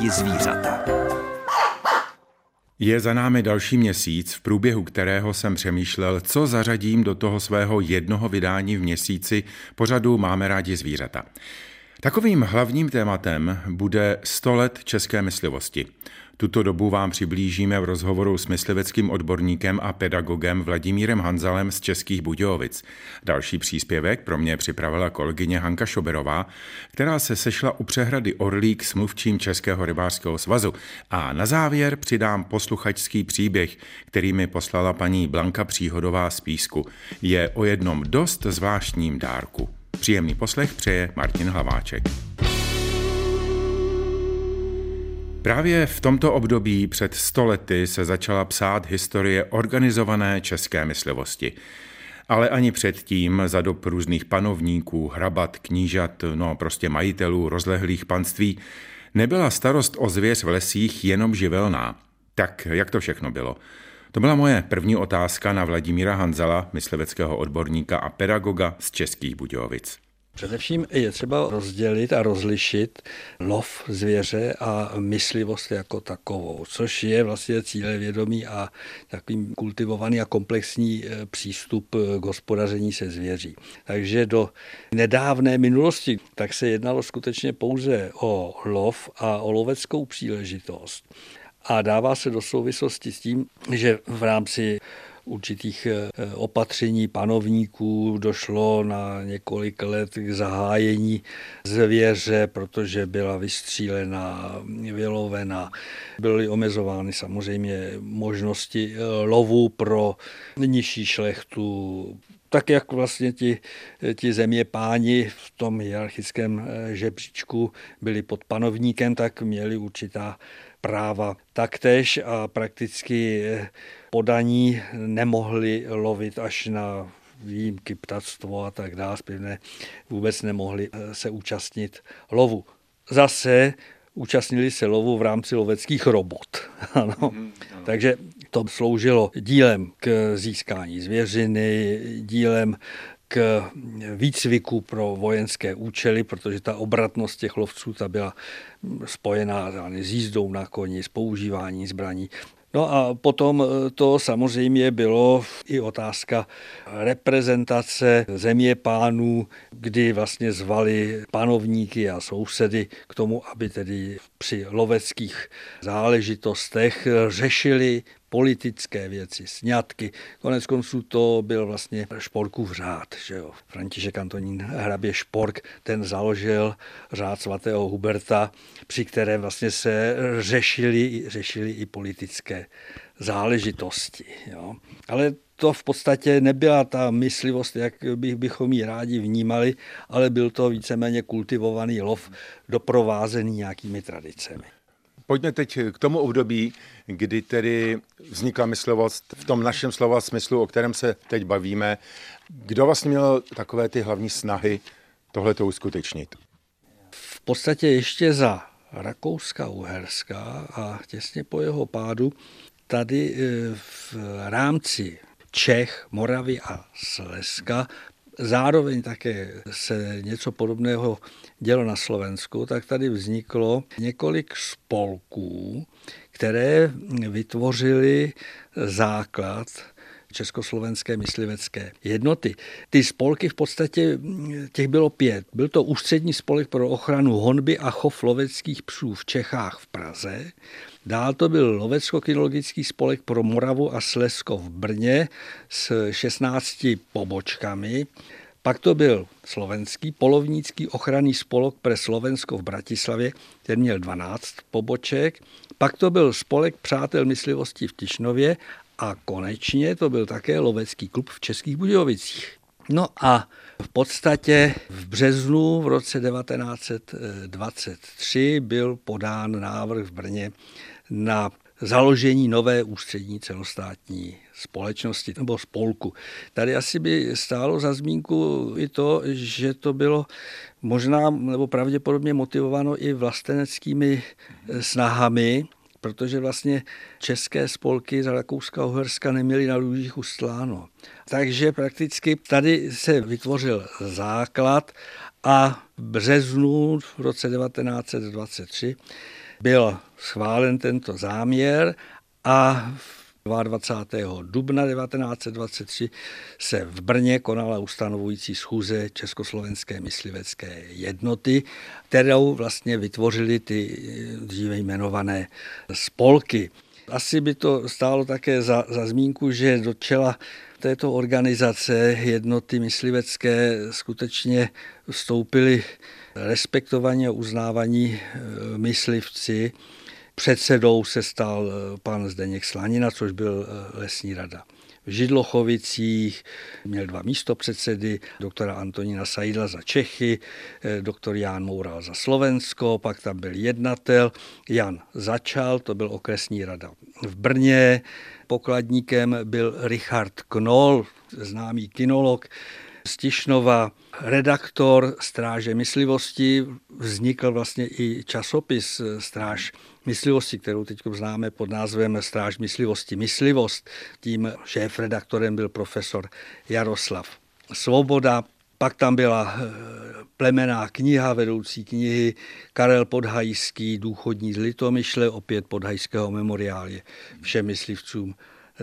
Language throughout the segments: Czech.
rádi zvířata. Je za námi další měsíc, v průběhu kterého jsem přemýšlel, co zařadím do toho svého jednoho vydání v měsíci pořadu Máme rádi zvířata. Takovým hlavním tématem bude 100 let české myslivosti. Tuto dobu vám přiblížíme v rozhovoru s mysliveckým odborníkem a pedagogem Vladimírem Hanzalem z Českých Budějovic. Další příspěvek pro mě připravila kolegyně Hanka Šoberová, která se sešla u přehrady Orlík s mluvčím Českého rybářského svazu. A na závěr přidám posluchačský příběh, který mi poslala paní Blanka Příhodová z Písku. Je o jednom dost zvláštním dárku. Příjemný poslech přeje Martin Hlaváček. Právě v tomto období před 100 lety se začala psát historie organizované české myslivosti. Ale ani předtím za dob různých panovníků, hrabat, knížat, prostě majitelů rozlehlých panství, nebyla starost o zvěř v lesích jenom živelná. Tak jak to všechno bylo? To byla moje první otázka na Vladimíra Hanzala, mysliveckého odborníka a pedagoga z Českých Budějovic. Především je třeba rozdělit a rozlišit lov zvěře a myslivost jako takovou, což je vlastně cílevědomý a takový kultivovaný a komplexní přístup k hospodaření se zvěří. Takže do nedávné minulosti tak se jednalo skutečně pouze o lov a o loveckou příležitost. A dává se do souvislosti s tím, že v rámci určitých opatření panovníků došlo na několik let k zahájení zvěře, protože byla vystřílena, vylovena. Byly omezovány samozřejmě možnosti lovu pro nižší šlechtu. Tak jak vlastně ti zeměpáni v tom hierarchickém žebříčku byli pod panovníkem, tak měli určitá práva taktéž a prakticky podaní nemohli lovit až na výjimky, ptactvo a tak dále, vůbec nemohli se účastnit lovu. Zase účastnili se lovu v rámci loveckých robot. Ano. Takže to sloužilo dílem k získání zvěřiny, dílem k výcviku pro vojenské účely, protože ta obratnost těch lovců ta byla spojená s jízdou na koni, s používáním zbraní. No a potom to samozřejmě bylo i otázka reprezentace zeměpánů, kdy vlastně zvali panovníky a sousedy k tomu, aby tedy při loveckých záležitostech řešili politické věci, sňatky. Konec konců to byl vlastně Šporkův řád. Že jo? František Antonín hrabě Špork, ten založil řád svatého Huberta, při kterém vlastně se řešili i politické záležitosti. Jo? Ale to v podstatě nebyla ta myslivost, jak bychom ji rádi vnímali, ale byl to víceméně kultivovaný lov doprovázený nějakými tradicemi. Pojďme teď k tomu období, kdy tedy vznikla myslivost v tom našem slova smyslu, o kterém se teď bavíme. Kdo vlastně měl takové ty hlavní snahy tohleto uskutečnit? V podstatě ještě za Rakouska-Uherska a těsně po jeho pádu tady v rámci Čech, Moravy a Slezska, zároveň také se něco podobného dělo na Slovensku, tak tady vzniklo několik spolků, které vytvořily základ československé myslivecké jednoty. Ty spolky v podstatě, těch bylo 5. Byl to Ústřední spolek pro ochranu honby a chov loveckých psů v Čechách v Praze. Dál to byl Lovecko-kynologický spolek pro Moravu a Slezsko v Brně s 16 pobočkami. Pak to byl Slovenský polovnícký ochranný spolek pre Slovensko v Bratislavě, ten měl 12 poboček. Pak to byl spolek Přátel myslivosti v Tišnově a konečně to byl také lovecký klub v Českých Budějovicích. No a v podstatě v březnu v roce 1923 byl podán návrh v Brně na založení nové ústřední celostátní společnosti nebo spolku. Tady asi by stálo za zmínku i to, že to bylo možná nebo pravděpodobně motivováno i vlasteneckými snahami, protože vlastně české spolky za Rakouska-Uherska neměly na lůžích ustláno. Takže prakticky tady se vytvořil základ a v březnu v roce 1923 byl schválen tento záměr a 22. dubna 1923 se v Brně konala ustanovující schůze Československé myslivecké jednoty, kterou vlastně vytvořily ty dříve jmenované spolky. Asi by to stálo také za zmínku, že do čela této organizace jednoty myslivecké skutečně vstoupili respektovaní a uznávaní myslivci. Předsedou se stal pan Zdeněk Slanina, což byl lesní rada v Židlochovicích, měl 2 místopředsedy, doktora Antonína Sajdla za Čechy, doktor Jan Moural za Slovensko, pak tam byl jednatel Jan Začal, to byl okresní rada v Brně, pokladníkem byl Richard Knoll, známý kinolog z Tišnova, redaktor Stráže myslivosti, vznikl vlastně i časopis Stráž myslivosti, kterou teď známe pod názvem Stráž myslivosti Myslivost. Tím šéfredaktorem byl profesor Jaroslav Svoboda. Pak tam byla plemenná kniha, vedoucí knihy Karel Podhajský, důchodní z Litomyšle, opět Podhajského memoriál je všem myslivcům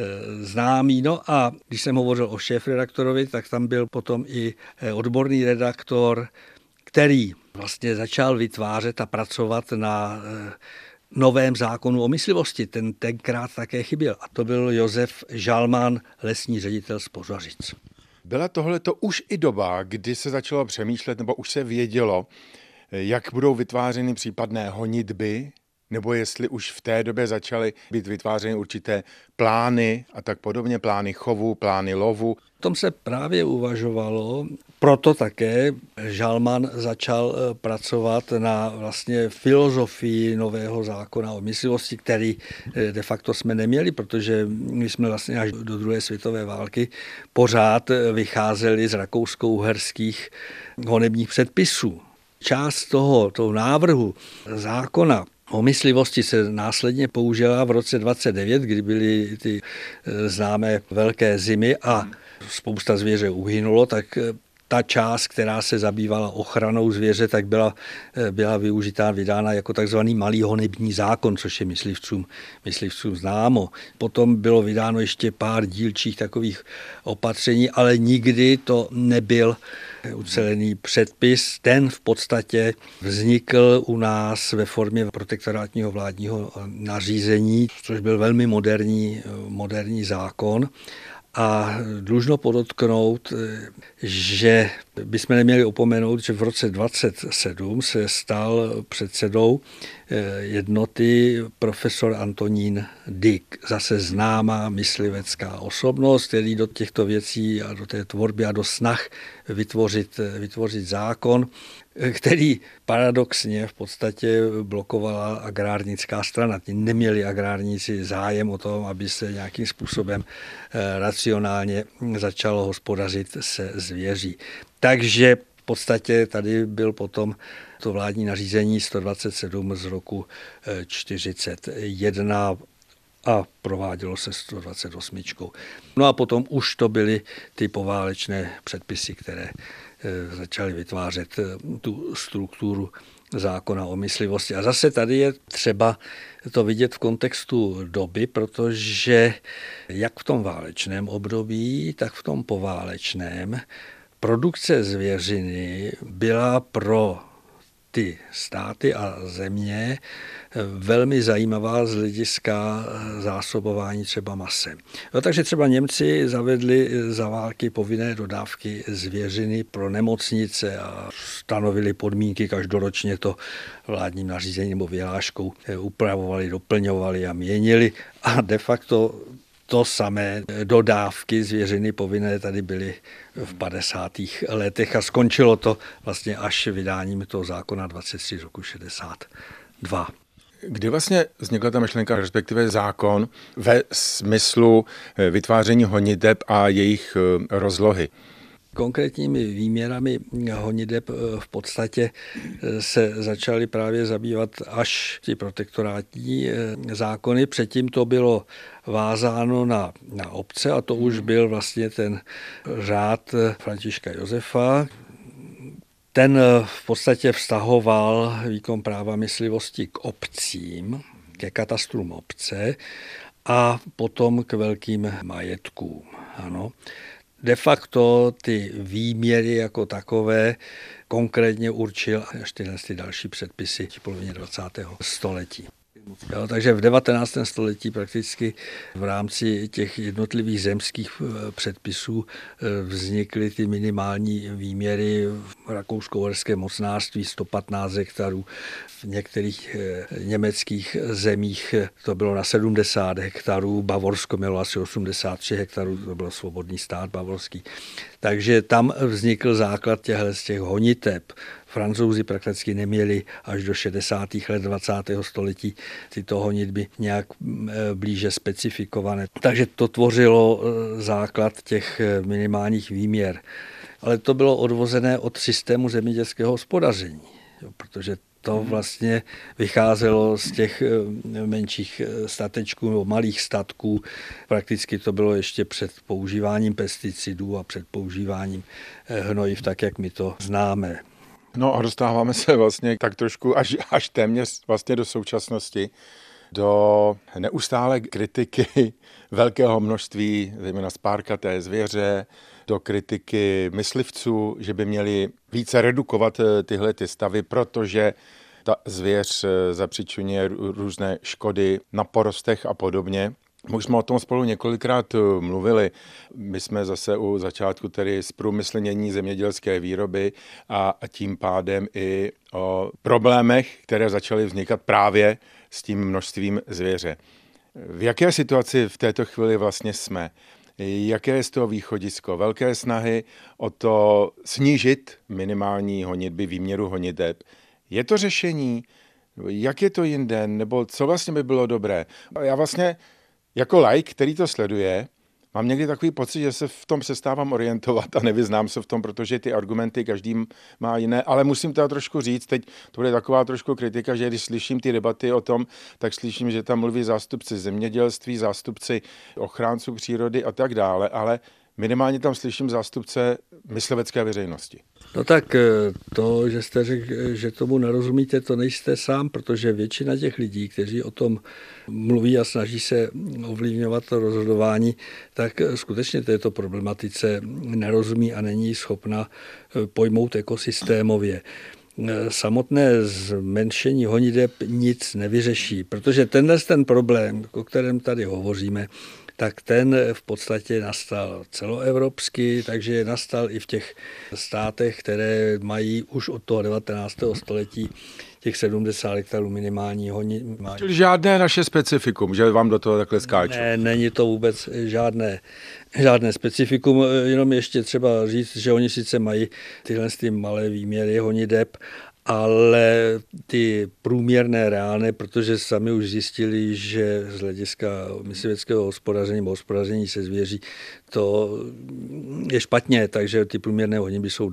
známý. No a když jsem hovořil o šéfredaktorovi, tak tam byl potom i odborný redaktor, který vlastně začal vytvářet a pracovat na novém zákonu o myslivosti. Ten tenkrát také chyběl. A to byl Josef Žalman, lesní ředitel z Požařic. Byla tohleto už i doba, kdy se začalo přemýšlet, nebo už se vědělo, jak budou vytvářeny případné honitby, nebo jestli už v té době začaly být vytvářeny určité plány a tak podobně, plány chovu, plány lovu. O tom se právě uvažovalo, proto také Žalman začal pracovat na vlastně filozofii nového zákona o myslivosti, který de facto jsme neměli, protože my jsme vlastně až do druhé světové války pořád vycházeli z rakousko-uherských honebních předpisů. Část toho návrhu zákona o myslivosti se následně použila v roce 29, kdy byly ty známé velké zimy a spousta zvěře uhynulo, tak ta část, která se zabývala ochranou zvěře, tak byla využitá, vydána jako takzvaný malý honební zákon, což je myslivcům známo. Potom bylo vydáno ještě pár dílčích takových opatření, ale nikdy to nebyl ucelený předpis. Ten v podstatě vznikl u nás ve formě protektorátního vládního nařízení, což byl velmi moderní zákon. A dlužno podotknout, že bychom neměli opomenout, že v roce 27 se stal předsedou jednoty profesor Antonín Dyk, zase známá myslivecká osobnost, který do těchto věcí a do té tvorby a do snah vytvořit zákon, který paradoxně v podstatě blokovala agrárnická strana. Ti neměli agrárníci zájem o tom, aby se nějakým způsobem racionálně začalo hospodařit se zvěří. Takže v podstatě tady byl potom to vládní nařízení 127 z roku 41 a provádělo se 128. No a potom už to byly ty poválečné předpisy, které začaly vytvářet tu strukturu zákona o myslivosti. A zase tady je třeba to vidět v kontextu doby, protože jak v tom válečném období, tak v tom poválečném produkce zvěřiny byla pro ty státy a země velmi zajímavá z hlediska zásobování třeba masem. No, takže třeba Němci zavedli za války povinné dodávky zvěřiny pro nemocnice a stanovili podmínky, každoročně to vládním nařízením nebo vyhláškou upravovali, doplňovali a měnili a de facto to samé dodávky zvěřiny povinné tady byly v 50. letech a skončilo to vlastně až vydáním toho zákona 23 z roku 62. Kdy vlastně vznikla ta myšlenka, respektive zákon ve smyslu vytváření honiteb a jejich rozlohy? Konkrétními výměrami honiteb v podstatě se začaly právě zabývat až ty protektorátní zákony. Předtím to bylo vázáno na obce a to už byl vlastně ten řád Františka Josefa, ten v podstatě vztahoval výkon práva myslivosti k obcím, ke katastrům obce a potom k velkým majetkům. Ano. De facto ty výměry jako takové konkrétně určil až tyhle další předpisy v polovině 20. století. Jo, takže v 19. století prakticky v rámci těch jednotlivých zemských předpisů vznikly ty minimální výměry v rakousko-uherském mocnářství 115 hektarů. V některých německých zemích to bylo na 70 hektarů, Bavorsko mělo asi 83 hektarů, to byl svobodný stát bavorský. Takže tam vznikl základ z těch honiteb. Francouzi prakticky neměli až do 60. let 20. století tyto honitby nějak blíže specifikované. Takže to tvořilo základ těch minimálních výměr. Ale to bylo odvozené od systému zemědělského hospodaření, protože to vlastně vycházelo z těch menších statečků nebo malých statků. Prakticky to bylo ještě před používáním pesticidů a před používáním hnojiv, tak jak my to známe. No a dostáváme se vlastně tak trošku až téměř vlastně do současnosti, do neustálé kritiky velkého množství, zejména spárkaté zvěře, do kritiky myslivců, že by měli více redukovat tyhle ty stavy, protože ta zvěř zapřičňuje různé škody na porostech a podobně. Už jsme o tom spolu několikrát mluvili. My jsme zase u začátku tedy zprůmyslnění zemědělské výroby a tím pádem i o problémech, které začaly vznikat právě s tím množstvím zvěře. V jaké situaci v této chvíli vlastně jsme? Jaké je z toho východisko? Velké snahy o to snížit minimální honitby, výměru honiteb. Je to řešení? Jak je to jinde? Nebo co vlastně by bylo dobré? Já vlastně jako laik, který to sleduje, mám někdy takový pocit, že se v tom přestávám orientovat a nevyznám se v tom, protože ty argumenty každý má jiné, ale musím to trošku říct, teď to bude taková trošku kritika, že když slyším ty debaty o tom, tak slyším, že tam mluví zástupci zemědělství, zástupci ochránců přírody a tak dále, ale minimálně tam slyším zástupce myslivecké veřejnosti. No tak to, že jste řekl, že tomu nerozumíte, to nejste sám, protože většina těch lidí, kteří o tom mluví a snaží se ovlivňovat to rozhodování, tak skutečně této problematice nerozumí a není schopna pojmout ekosystémově. Samotné zmenšení honiteb nic nevyřeší, protože ten problém, o kterém tady hovoříme, tak ten v podstatě nastal celoevropsky, takže nastal i v těch státech, které mají už od toho 19. století těch 70 hektarů minimální honitby. Čili žádné naše specifikum, že vám do toho takhle skáču. Ne, není to vůbec žádné specifikum, jenom ještě třeba říct, že oni sice mají tyhle malé výměry honiteb, ale ty průměrné reálné, protože sami už zjistili, že z hlediska mysliveckého hospodaření nebo hospodaření se zvěří to je špatně, takže ty průměrné honitby jsou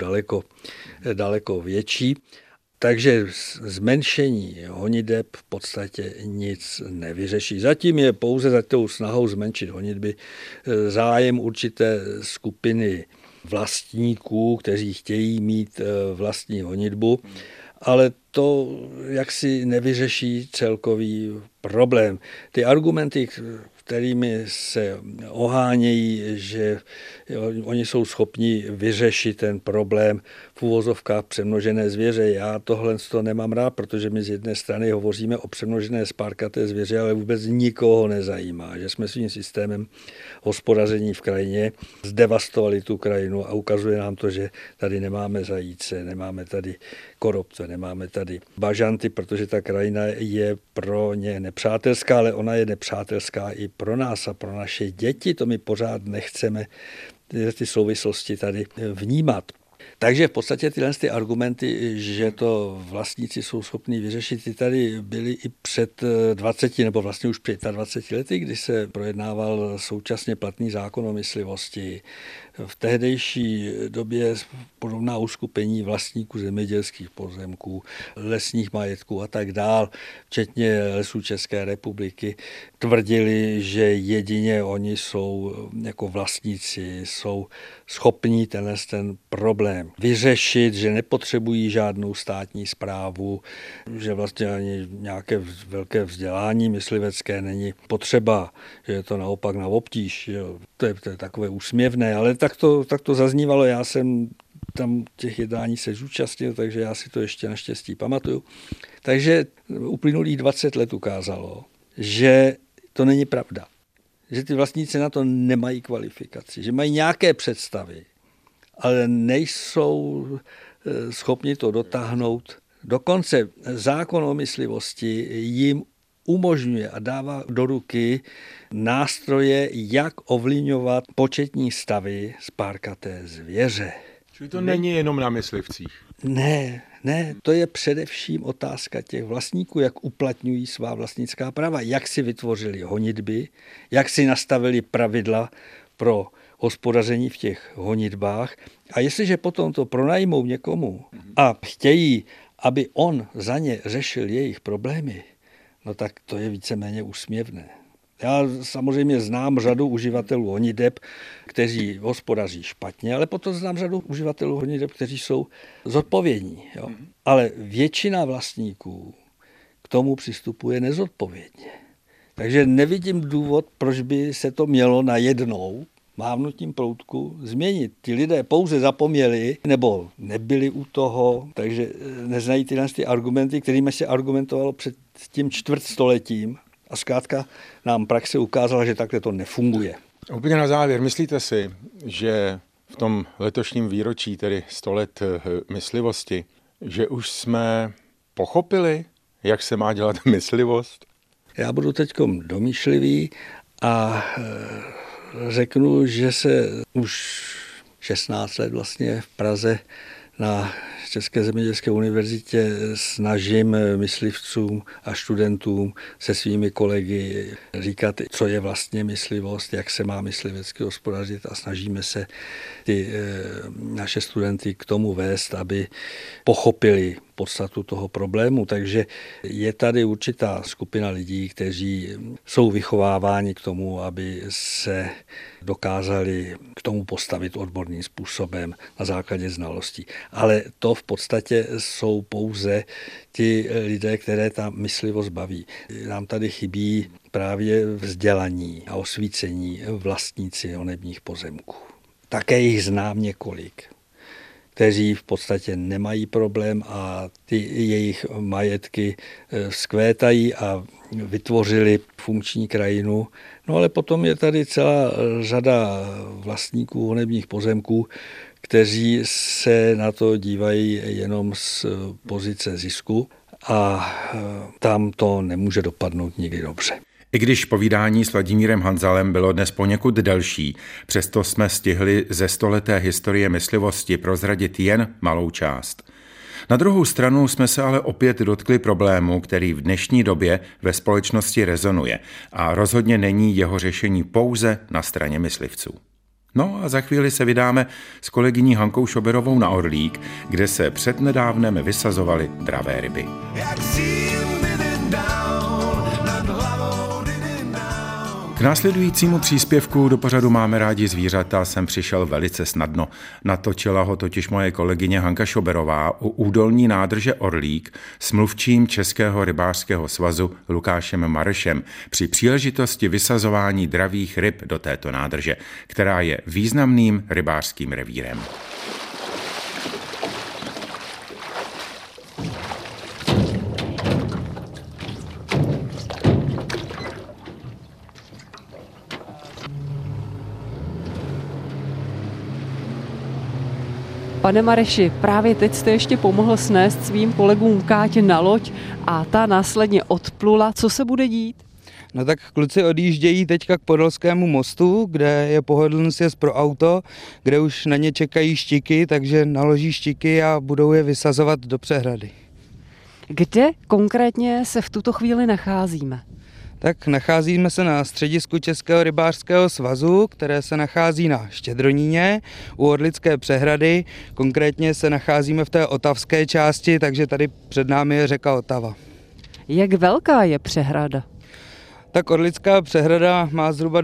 daleko větší. Takže zmenšení honiteb v podstatě nic nevyřeší. Zatím je pouze za tou snahou zmenšit honitby zájem určité skupiny vlastníků, kteří chtějí mít vlastní honitbu, ale to jaksi nevyřeší celkový problém. Ty argumenty, kterými se ohánějí, že oni jsou schopni vyřešit ten problém v uvozovkách přemnožené zvěře. Já tohle nemám rád, protože my z jedné strany hovoříme o přemnožené spárkaté zvěře, ale vůbec nikoho nezajímá, že jsme svým systémem hospodaření v krajině zdevastovali tu krajinu a ukazuje nám to, že tady nemáme zajíce, nemáme tady korobce, nemáme tady bažanty, protože ta krajina je pro ně nepřátelská, ale ona je nepřátelská i pro nás a pro naše děti. To my pořád nechceme ty souvislosti tady vnímat. Takže v podstatě tyhle argumenty, že to vlastníci jsou schopni vyřešit, ty tady byly i před 20 nebo vlastně už před 25 lety, kdy se projednával současně platný zákon o myslivosti. v tehdejší době podobná uskupení vlastníků zemědělských pozemků, lesních majetků a tak dál, včetně Lesů České republiky, tvrdili, že jedině oni jsou jako vlastníci, jsou schopní ten problém vyřešit, že nepotřebují žádnou státní správu, že vlastně ani nějaké velké vzdělání myslivecké není potřeba, že je to naopak na obtíž. To je takové úsměvné, ale tak to zaznívalo. Já jsem tam těch jednání se zúčastnil, takže já si to ještě naštěstí pamatuju. Takže uplynulých 20 let ukázalo, že to není pravda. Že ty vlastníci na to nemají kvalifikaci, že mají nějaké představy, ale nejsou schopni to dotáhnout. Dokonce zákon o myslivosti jim umožňuje a dává do ruky nástroje, jak ovlivňovat početní stavy spárkaté zvěře. Čili to není jenom na myslivcích. Ne, to je především otázka těch vlastníků, jak uplatňují svá vlastnická práva, jak si vytvořili honitby, jak si nastavili pravidla pro hospodaření v těch honitbách. A jestliže potom to pronajmou někomu a chtějí, aby on za ně řešil jejich problémy, no tak to je víceméně úsměvné. Já samozřejmě znám řadu uživatelů honiteb, kteří hospodaří špatně, ale potom znám řadu uživatelů honiteb, kteří jsou zodpovědní. Jo. Ale většina vlastníků k tomu přistupuje nezodpovědně. Takže nevidím důvod, proč by se to mělo najednou mávnutím proutku změnit. Ti lidé pouze zapomněli nebo nebyli u toho, takže neznají tyhle argumenty, kterými se argumentovalo před tím čtvrtstoletím. A zkrátka nám praxe ukázala, že takhle to nefunguje. Úplně na závěr, myslíte si, že v tom letošním výročí, tedy 100 let myslivosti, že už jsme pochopili, jak se má dělat myslivost? Já budu teďkom domýšlivý a řeknu, že se už 16 let vlastně v Praze na České zemědělské univerzitě snažím myslivcům a studentům se svými kolegy říkat, co je vlastně myslivost, jak se má myslivecky hospodařit a snažíme se ty naše studenty k tomu vést, aby pochopili podstatu toho problému. Takže je tady určitá skupina lidí, kteří jsou vychováváni k tomu, aby se dokázali k tomu postavit odborným způsobem na základě znalostí. Ale to v podstatě jsou pouze ti lidé, které ta myslivost baví. Nám tady chybí právě vzdělaní a osvícení vlastníci honebních pozemků. Také jich znám několik, kteří v podstatě nemají problém a ty jejich majetky vzkvétají a vytvořili funkční krajinu. No ale potom je tady celá řada vlastníků honebních pozemků, kteří se na to dívají jenom z pozice zisku a tam to nemůže dopadnout nikdy dobře. I když povídání s Vladimírem Hanzalem bylo dnes poněkud delší, přesto jsme stihli ze 100leté historie myslivosti prozradit jen malou část. Na druhou stranu jsme se ale opět dotkli problému, který v dnešní době ve společnosti rezonuje a rozhodně není jeho řešení pouze na straně myslivců. No a za chvíli se vydáme s kolegyní Hankou Šoberovou na Orlík, kde se přednedávnem vysazovaly dravé ryby. K následujícímu příspěvku do pořadu Máme rádi zvířata jsem přišel velice snadno. Natočila ho totiž moje kolegyně Hanka Šoberová u údolní nádrže Orlík s mluvčím Českého rybářského svazu Lukášem Marešem při příležitosti vysazování dravých ryb do této nádrže, která je významným rybářským revírem. Pane Mareši, právě teď jste ještě pomohl snést svým kolegům káť na loď a ta následně odplula. Co se bude dít? No tak kluci odjíždějí teďka k Podolskému mostu, kde je pohodlný sjezd pro auto, kde už na ně čekají štiky, takže naloží štiky a budou je vysazovat do přehrady. Kde konkrétně se v tuto chvíli nacházíme? Tak nacházíme se na středisku Českého rybářského svazu, které se nachází na Štědroníně u Orlické přehrady. Konkrétně se nacházíme v té otavské části, takže tady před námi je řeka Otava. Jak velká je přehrada? Tak Orlická přehrada má zhruba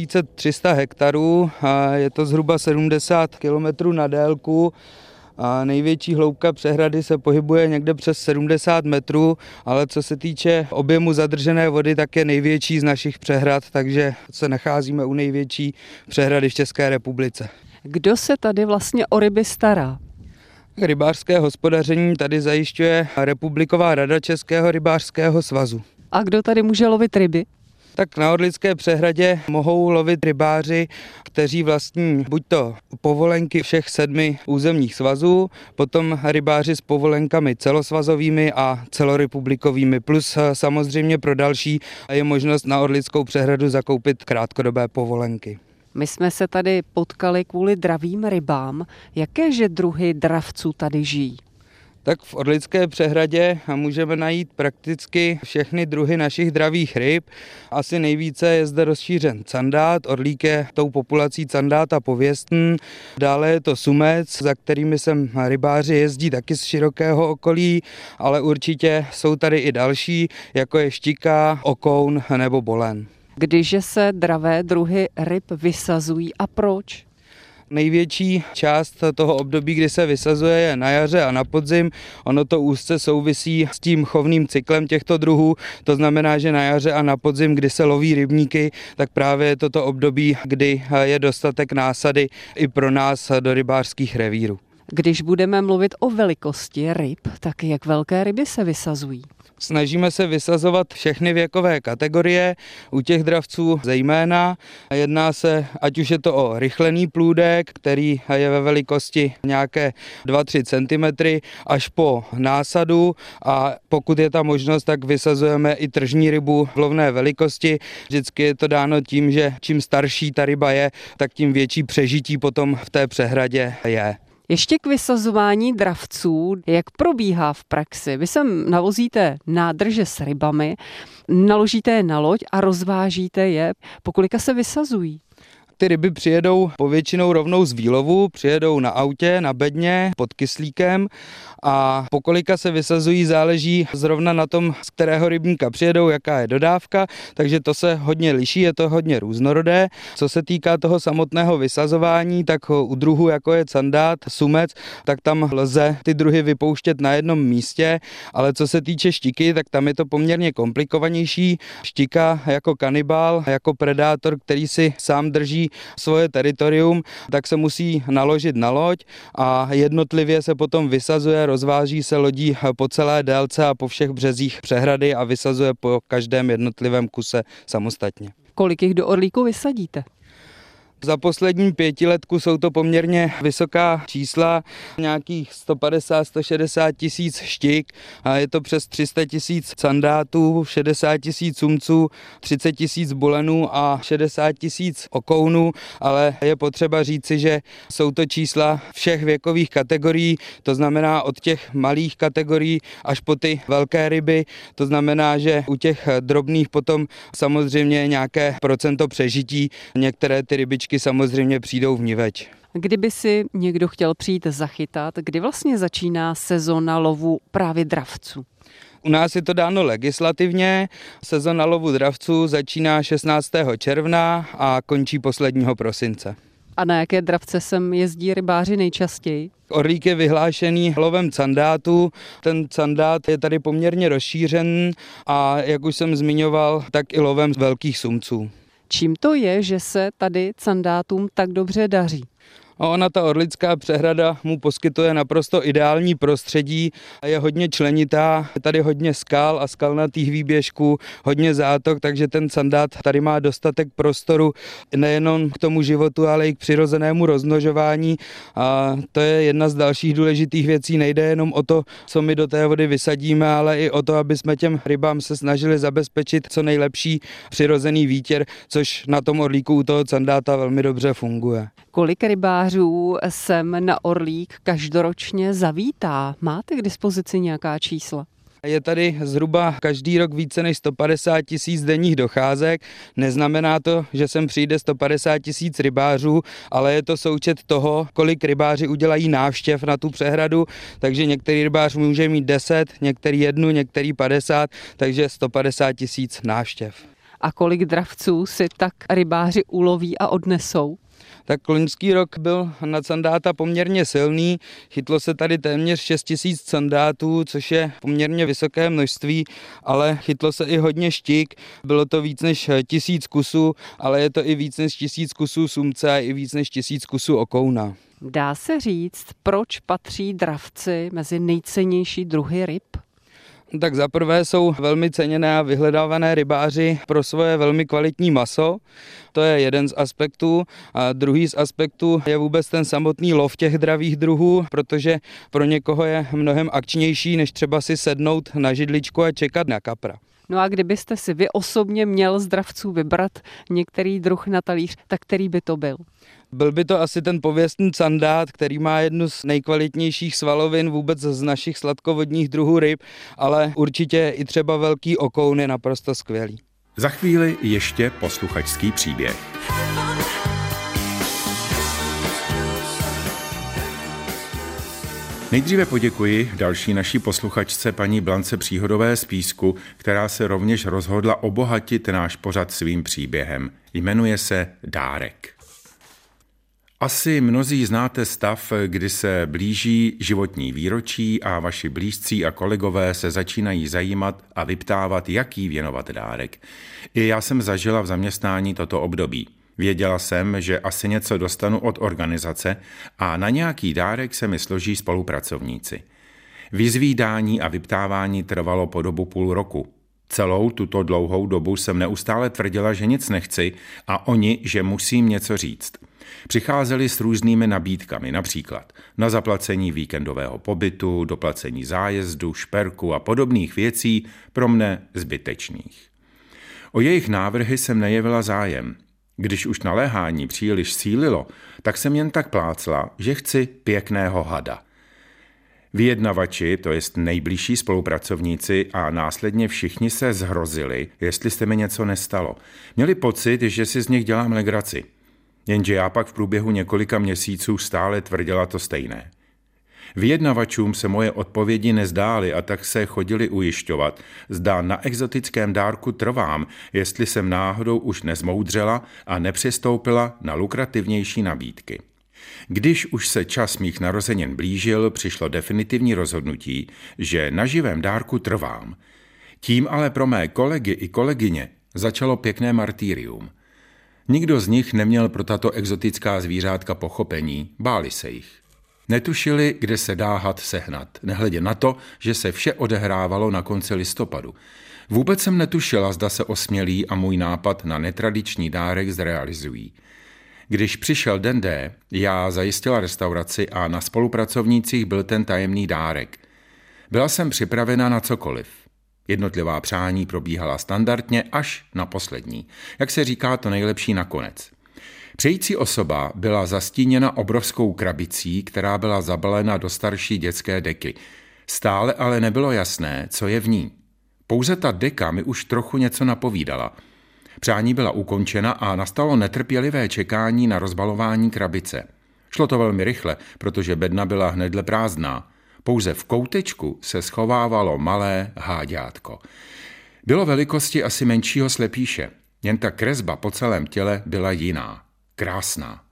2300 hektarů a je to zhruba 70 kilometrů na délku. A největší hloubka přehrady se pohybuje někde přes 70 metrů, ale co se týče objemu zadržené vody, tak je největší z našich přehrad, takže se nacházíme u největší přehrady v České republice. Kdo se tady vlastně o ryby stará? Rybářské hospodaření tady zajišťuje Republiková rada Českého rybářského svazu. A kdo tady může lovit ryby? Tak na Orlické přehradě mohou lovit rybáři, kteří vlastní buď to povolenky všech 7 územních svazů, potom rybáři s povolenkami celosvazovými a celorepublikovými, plus samozřejmě pro další je možnost na Orlickou přehradu zakoupit krátkodobé povolenky. My jsme se tady potkali kvůli dravým rybám. Jakéže druhy dravců tady žijí? Tak v Orlické přehradě můžeme najít prakticky všechny druhy našich dravých ryb. Asi nejvíce je zde rozšířen candát, orlík je tou populací candáta pověstný. Dále je to sumec, za kterými sem rybáři jezdí taky z širokého okolí, ale určitě jsou tady i další, jako je štika, okoun nebo bolen. Když se dravé druhy ryb vysazují a proč? Největší část toho období, kdy se vysazuje, je na jaře a na podzim. Ono to úzce souvisí s tím chovným cyklem těchto druhů. To znamená, že na jaře a na podzim, kdy se loví rybníky, tak právě je toto období, kdy je dostatek násady i pro nás do rybářských revírů. Když budeme mluvit o velikosti ryb, tak jak velké ryby se vysazují? Snažíme se vysazovat všechny věkové kategorie, u těch dravců zejména. Jedná se, ať už je to o rychlený plůdek, který je ve velikosti nějaké 2-3 cm, až po násadu, a pokud je ta možnost, tak vysazujeme i tržní rybu v lovné velikosti. Vždycky je to dáno tím, že čím starší ta ryba je, tak tím větší přežití potom v té přehradě je. Ještě k vysazování dravců, jak probíhá v praxi? Vy sem navozíte nádrže s rybami, naložíte je na loď a rozvážíte je. Po kolika se vysazují? Ty ryby přijedou povětšinou rovnou z výlovu, přijedou na autě, na bedně, pod kyslíkem, a po kolika se vysazují, záleží zrovna na tom, z kterého rybníka přijedou, jaká je dodávka, takže to se hodně liší, je to hodně různorodé. Co se týká toho samotného vysazování, tak u druhů, jako je candát, sumec, tak tam lze ty druhy vypouštět na jednom místě, ale co se týče štiky, tak tam je to poměrně komplikovanější. Štika jako kanibál, jako predátor, který si sám drží svoje teritorium, tak se musí naložit na loď a jednotlivě se potom vysazuje, rozváží se lodí po celé délce a po všech březích přehrady a vysazuje po každém jednotlivém kuse samostatně. Kolik jich do orlíku vysadíte? Za poslední 5letku jsou to poměrně vysoká čísla, nějakých 150-160 tisíc štik, a je to přes 300 tisíc candátů, 60 tisíc sumců, 30 tisíc bolenů a 60 tisíc okounů, ale je potřeba říci, že jsou to čísla všech věkových kategorií, to znamená od těch malých kategorií až po ty velké ryby, to znamená, že u těch drobných potom samozřejmě nějaké procento přežití, některé ty rybičky samozřejmě přijdou vniveč. Kdyby si někdo chtěl přijít zachytat, kdy vlastně začíná sezona lovu právě dravců? U nás je to dáno legislativně, sezona lovu dravců začíná 16. června a končí 1. prosince. A na jaké dravce sem jezdí rybáři nejčastěji? Orlík je vyhlášený lovem candátu, ten candát je tady poměrně rozšířen a jak už jsem zmiňoval, tak i lovem velkých sumců. Čím to je, že se tady candátům tak dobře daří? Ona, ta Orlická přehrada, mu poskytuje naprosto ideální prostředí, je hodně členitá, je tady hodně skal a skalnatých výběžků, hodně zátok, takže ten candát tady má dostatek prostoru nejenom k tomu životu, ale i k přirozenému rozmnožování, a to je jedna z dalších důležitých věcí. Nejde jenom o to, co my do té vody vysadíme, ale i o to, aby jsme těm rybám se snažili zabezpečit co nejlepší přirozený výtěr, což na tom orlíku u toho candáta velmi dobře funguje. Kolik rybářů sem na Orlík každoročně zavítá? Máte k dispozici nějaká čísla? Je tady zhruba každý rok více než 150 000 denních docházek. Neznamená to, že sem přijde 150 000 rybářů, ale je to součet toho, kolik rybáři udělají návštěv na tu přehradu, takže některý rybář může mít 10, některý 1, některý 50, takže 150 000 návštěv. A kolik dravců si tak rybáři uloví a odnesou? Tak loňský rok byl na candáta poměrně silný, chytlo se tady téměř 6 000 candátů, což je poměrně vysoké množství, ale chytlo se i hodně štik, bylo to víc než 1000 kusů, ale je to i víc než 1000 kusů sumce a i víc než 1000 kusů okouna. Dá se říct, proč patří dravci mezi nejcennější druhy ryb? Tak zaprvé jsou velmi ceněné a vyhledávané rybáři pro svoje velmi kvalitní maso. To je jeden z aspektů. A druhý z aspektů je vůbec ten samotný lov těch dravých druhů, protože pro někoho je mnohem akčnější, než třeba si sednout na židličku a čekat na kapra. No a kdybyste si vy osobně měl z dravců vybrat některý druh na talíř, tak který by to byl? Byl by to asi ten pověstný candát, který má jednu z nejkvalitnějších svalovin vůbec z našich sladkovodních druhů ryb, ale určitě i třeba velký okoun je naprosto skvělý. Za chvíli ještě posluchačský příběh. Nejdříve poděkuji další naší posluchačce paní Blance Příhodové z Písku, která se rovněž rozhodla obohatit náš pořad svým příběhem. Jmenuje se Dárek. Asi mnozí znáte stav, kdy se blíží životní výročí a vaši blízcí a kolegové se začínají zajímat a vyptávat, jaký věnovat dárek. I já jsem zažila v zaměstnání toto období. Věděla jsem, že asi něco dostanu od organizace a na nějaký dárek se mi složí spolupracovníci. Vyzvídání a vyptávání trvalo po dobu půl roku. Celou tuto dlouhou dobu jsem neustále tvrdila, že nic nechci a oni, že musím něco říct. Přicházeli s různými nabídkami, například na zaplacení víkendového pobytu, doplacení zájezdu, šperku a podobných věcí pro mne zbytečných. O jejich návrhy jsem nejevila zájem. Když už naléhání příliš sílilo, tak jsem jen tak plácla, že chci pěkného hada. Vyjednavači, to jest nejbližší spolupracovníci a následně všichni se zhrozili, jestli se mi něco nestalo. Měli pocit, že si z nich dělám legraci. Jenže já pak v průběhu několika měsíců stále tvrdila to stejné. Vyjednavačům se moje odpovědi nezdály a tak se chodili ujišťovat, zda na exotickém dárku trvám, jestli jsem náhodou už nezmoudřela a nepřistoupila na lukrativnější nabídky. Když už se čas mých narozenin blížil, přišlo definitivní rozhodnutí, že na živém dárku trvám. Tím ale pro mé kolegy i kolegyně začalo pěkné martýrium. Nikdo z nich neměl pro tato exotická zvířátka pochopení, báli se jich. Netušili, kde se dá had sehnat, nehledě na to, že se vše odehrávalo na konci listopadu. Vůbec jsem netušila, zda se osmělí a můj nápad na netradiční dárek zrealizují. Když přišel den D, já zajistila restauraci a na spolupracovnících byl ten tajemný dárek. Byla jsem připravena na cokoliv. Jednotlivá přání probíhala standardně až na poslední. Jak se říká, to nejlepší nakonec. Přející osoba byla zastíněna obrovskou krabicí, která byla zabalena do starší dětské deky. Stále ale nebylo jasné, co je v ní. Pouze ta deka mi už trochu něco napovídala. Přání byla ukončena a nastalo netrpělivé čekání na rozbalování krabice. Šlo to velmi rychle, protože bedna byla hnedle prázdná. Pouze v koutečku se schovávalo malé háďátko. Bylo velikosti asi menšího slepíše, jen ta kresba po celém těle byla jiná, krásná.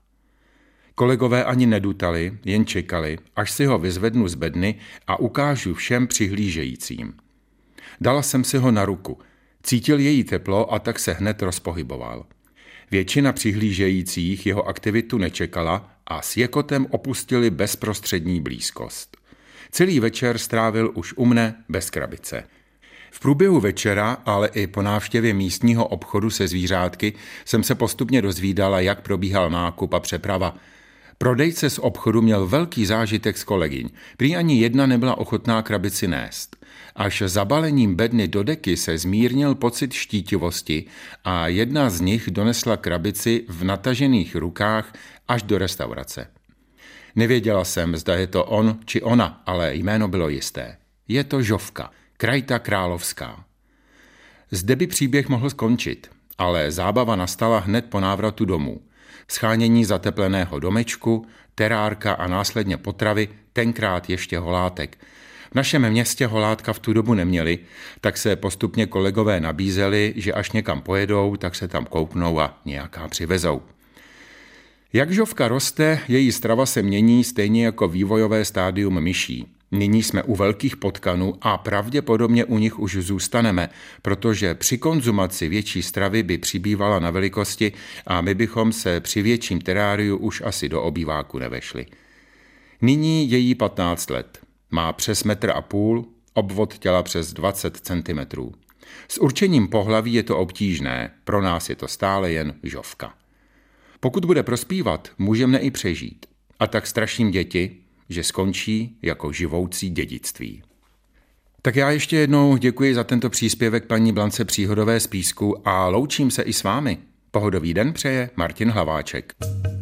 Kolegové ani nedutali, jen čekali, až si ho vyzvednu z bedny a ukážu všem přihlížejícím. Dala jsem si ho na ruku, cítil její teplo a tak se hned rozpohyboval. Většina přihlížejících jeho aktivitu nečekala a s jekotem opustili bezprostřední blízkost. Celý večer strávil už u mne bez krabice. V průběhu večera, ale i po návštěvě místního obchodu se zvířátky jsem se postupně dozvídala, jak probíhal nákup a přeprava. Prodejce z obchodu měl velký zážitek z kolegyň. Prý ani jedna nebyla ochotná krabici nést. Až zabalením bedny do deky se zmírnil pocit štítivosti a jedna z nich donesla krabici v natažených rukách až do restaurace. Nevěděla jsem, zda je to on či ona, ale jméno bylo jisté. Je to Žovka. Krajta Královská. Zde by příběh mohl skončit, ale zábava nastala hned po návratu domů. Schánění zatepleného domečku, terárka a následně potravy, tenkrát ještě holátek. V našem městě holátka v tu dobu neměli, tak se postupně kolegové nabízeli, že až někam pojedou, tak se tam kouknou a nějaká přivezou. Jak žovka roste, její strava se mění stejně jako vývojové stádium myší. Nyní jsme u velkých potkanů a pravděpodobně u nich už zůstaneme, protože při konzumaci větší stravy by přibývala na velikosti a my bychom se při větším teráriu už asi do obýváku nevešli. Nyní je jí 15 let. Má přes 1,5 m, obvod těla přes 20 cm. S určením pohlaví je to obtížné, pro nás je to stále jen žovka. Pokud bude prospívat, můžeme i přežít. A tak straším děti, že skončí jako živoucí dědictví. Tak já ještě jednou děkuji za tento příspěvek paní Blance Příhodové z Písku a loučím se i s vámi. Pohodový den přeje Martin Hlaváček.